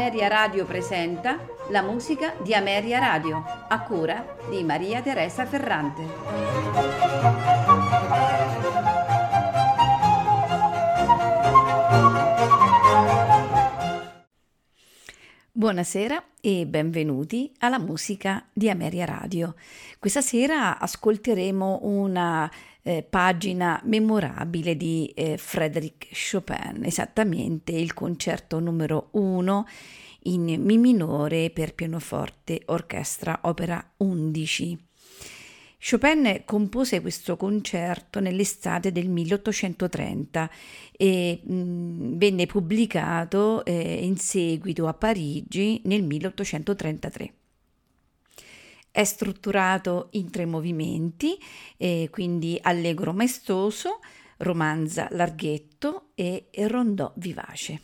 Ameria Radio presenta la musica di Ameria Radio, a cura di Maria Teresa Ferrante. Buonasera e benvenuti alla musica di Ameria Radio. Questa sera ascolteremo una pagina memorabile di Frédéric Chopin, esattamente il concerto numero 1 in Mi minore per pianoforte, orchestra, opera 11. Chopin compose questo concerto nell'estate del 1830 e venne pubblicato in seguito a Parigi nel 1833. È strutturato in 3 movimenti, quindi allegro maestoso, romanza larghetto e rondò vivace.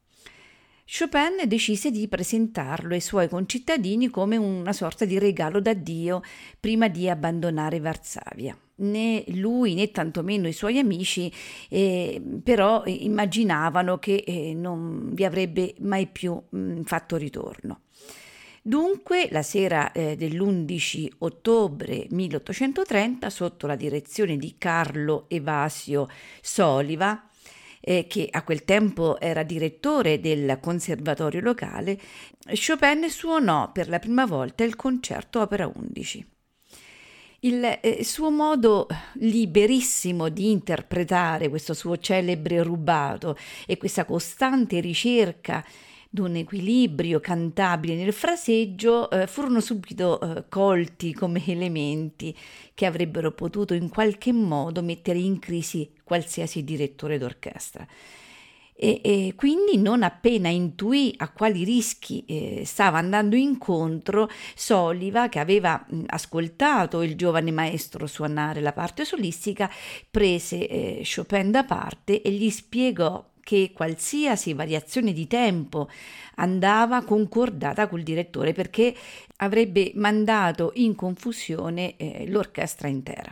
Chopin decise di presentarlo ai suoi concittadini come una sorta di regalo da Dio prima di abbandonare Varsavia. Né lui né tantomeno i suoi amici però immaginavano che non vi avrebbe mai più fatto ritorno. Dunque, la sera dell'11 ottobre 1830, sotto la direzione di Carlo Evasio Soliva, che a quel tempo era direttore del conservatorio locale, Chopin suonò per la prima volta il concerto opera 11. Il suo modo liberissimo di interpretare questo suo celebre rubato e questa costante ricerca d'un equilibrio cantabile nel fraseggio furono subito colti come elementi che avrebbero potuto in qualche modo mettere in crisi qualsiasi direttore d'orchestra. E quindi, non appena intuì a quali rischi stava andando incontro, Soliva, che aveva ascoltato il giovane maestro suonare la parte solistica, prese Chopin da parte e gli spiegò che qualsiasi variazione di tempo andava concordata col direttore, perché avrebbe mandato in confusione l'orchestra intera.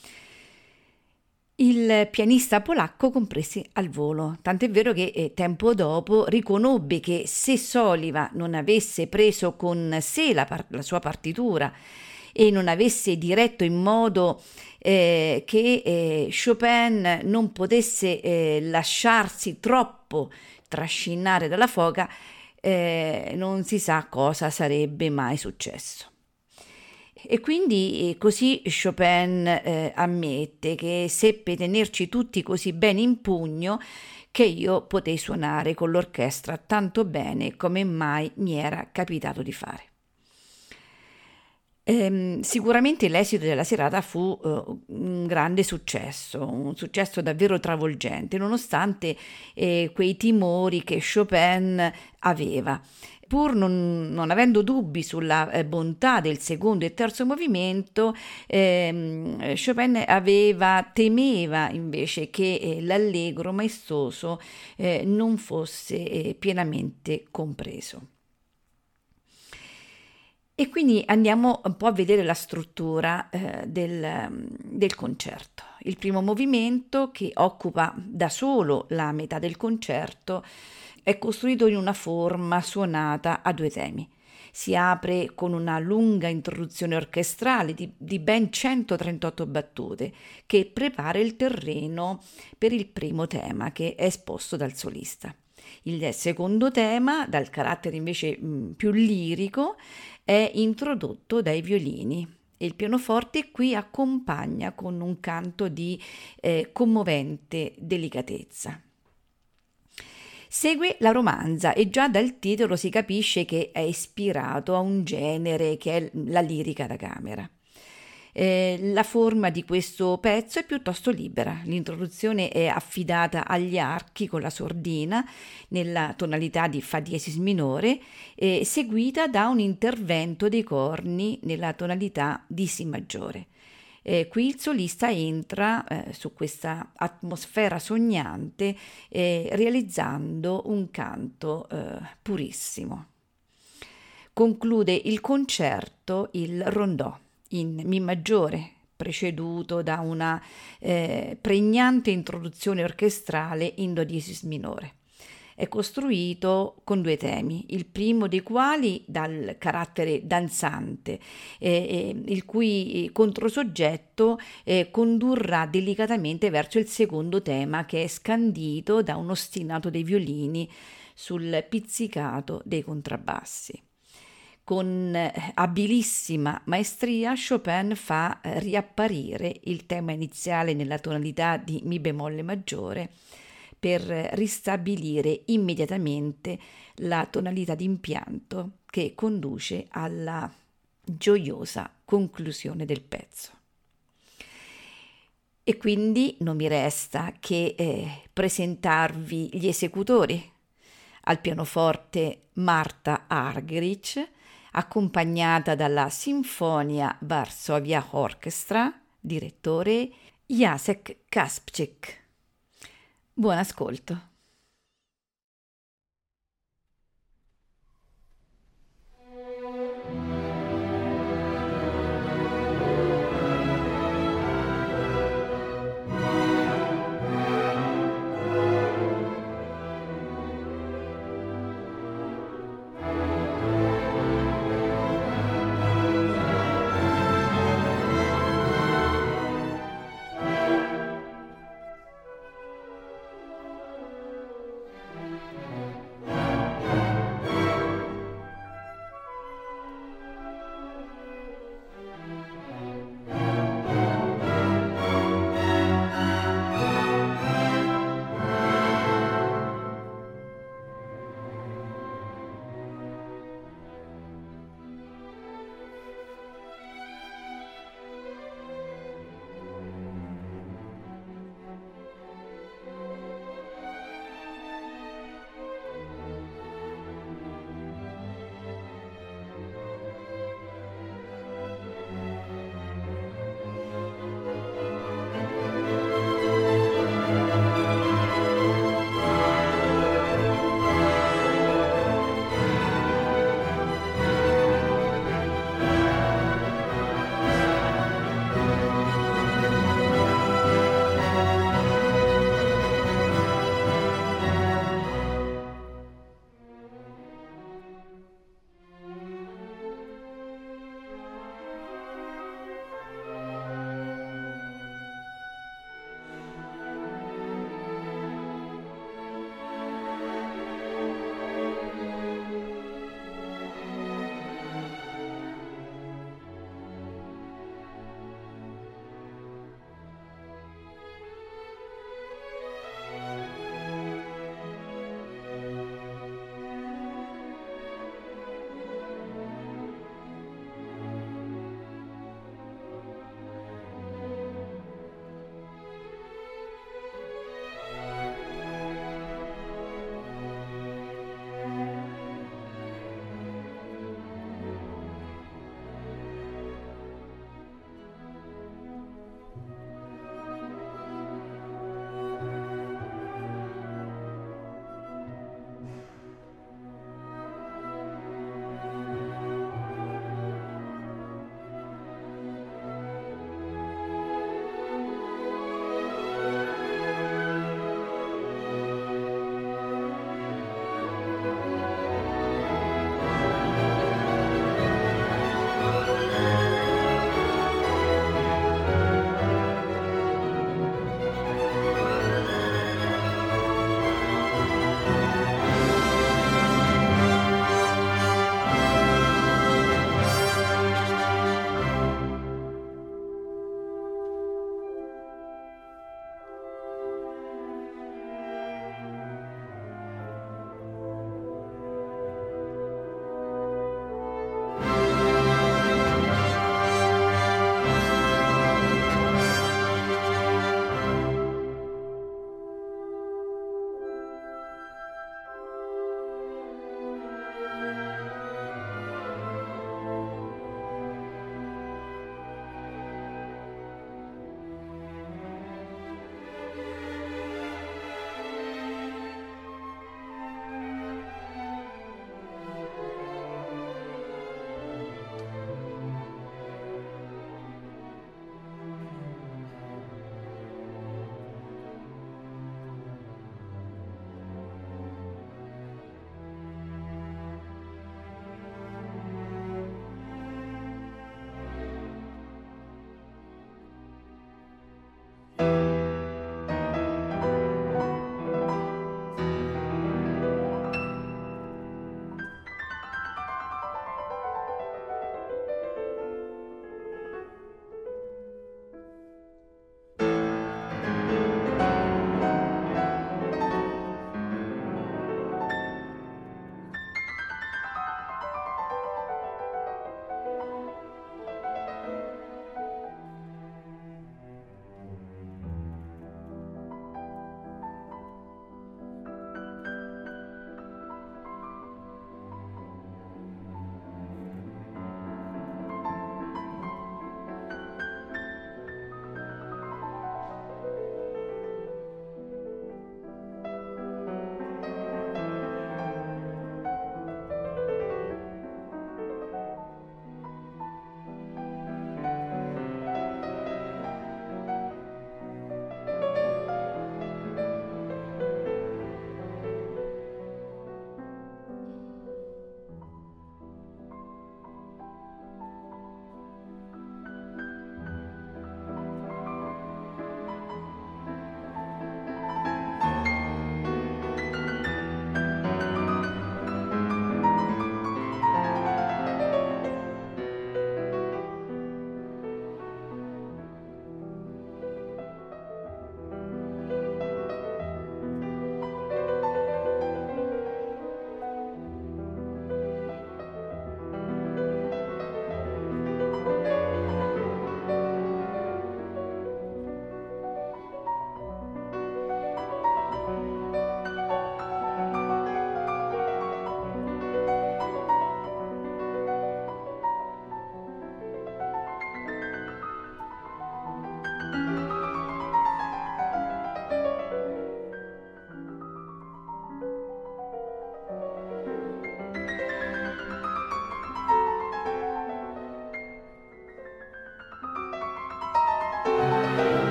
Il pianista polacco comprese al volo, tant'è vero che tempo dopo riconobbe che se Soliva non avesse preso con sé la sua partitura e non avesse diretto in modo che Chopin non potesse lasciarsi troppo trascinare dalla foga, non si sa cosa sarebbe mai successo. E quindi così Chopin ammette che seppe tenerci tutti così bene in pugno che io potei suonare con l'orchestra tanto bene come mai mi era capitato di fare. Sicuramente l'esito della serata fu un grande successo, un successo davvero travolgente, nonostante quei timori che Chopin aveva. Pur non avendo dubbi sulla bontà del secondo e terzo movimento, Chopin temeva invece che l'allegro maestoso non fosse pienamente compreso. E quindi andiamo un po' a vedere la struttura del concerto. Il primo movimento, che occupa da solo la metà del concerto, è costruito in una forma suonata a 2 temi. Si apre con una lunga introduzione orchestrale di ben 138 battute che prepara il terreno per il primo tema, che è esposto dal solista. Il secondo tema, dal carattere invece più lirico, è introdotto dai violini e il pianoforte qui accompagna con un canto di commovente delicatezza. Segue la romanza e già dal titolo si capisce che è ispirato a un genere che è la lirica da camera. La forma di questo pezzo è piuttosto libera. L'introduzione è affidata agli archi con la sordina nella tonalità di Fa diesis minore, seguita da un intervento dei corni nella tonalità di Si maggiore. Qui il solista entra su questa atmosfera sognante realizzando un canto purissimo. Conclude il concerto il rondò in Mi maggiore, preceduto da una pregnante introduzione orchestrale in Do diesis minore. è costruito con due temi, il primo dei quali dal carattere danzante, il cui controsoggetto condurrà delicatamente verso il secondo tema, che è scandito da un ostinato dei violini sul pizzicato dei contrabbassi. Con abilissima maestria Chopin fa riapparire il tema iniziale nella tonalità di Mi bemolle maggiore per ristabilire immediatamente la tonalità d'impianto che conduce alla gioiosa conclusione del pezzo. E quindi non mi resta che presentarvi gli esecutori. Al pianoforte Marta Argerich, accompagnata dalla Sinfonia Varsovia Orchestra, direttore Jacek Kaspczyk. Buon ascolto.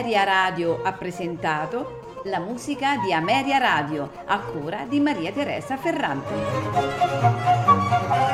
Ameria Radio ha presentato la musica di Ameria Radio, a cura di Maria Teresa Ferrante.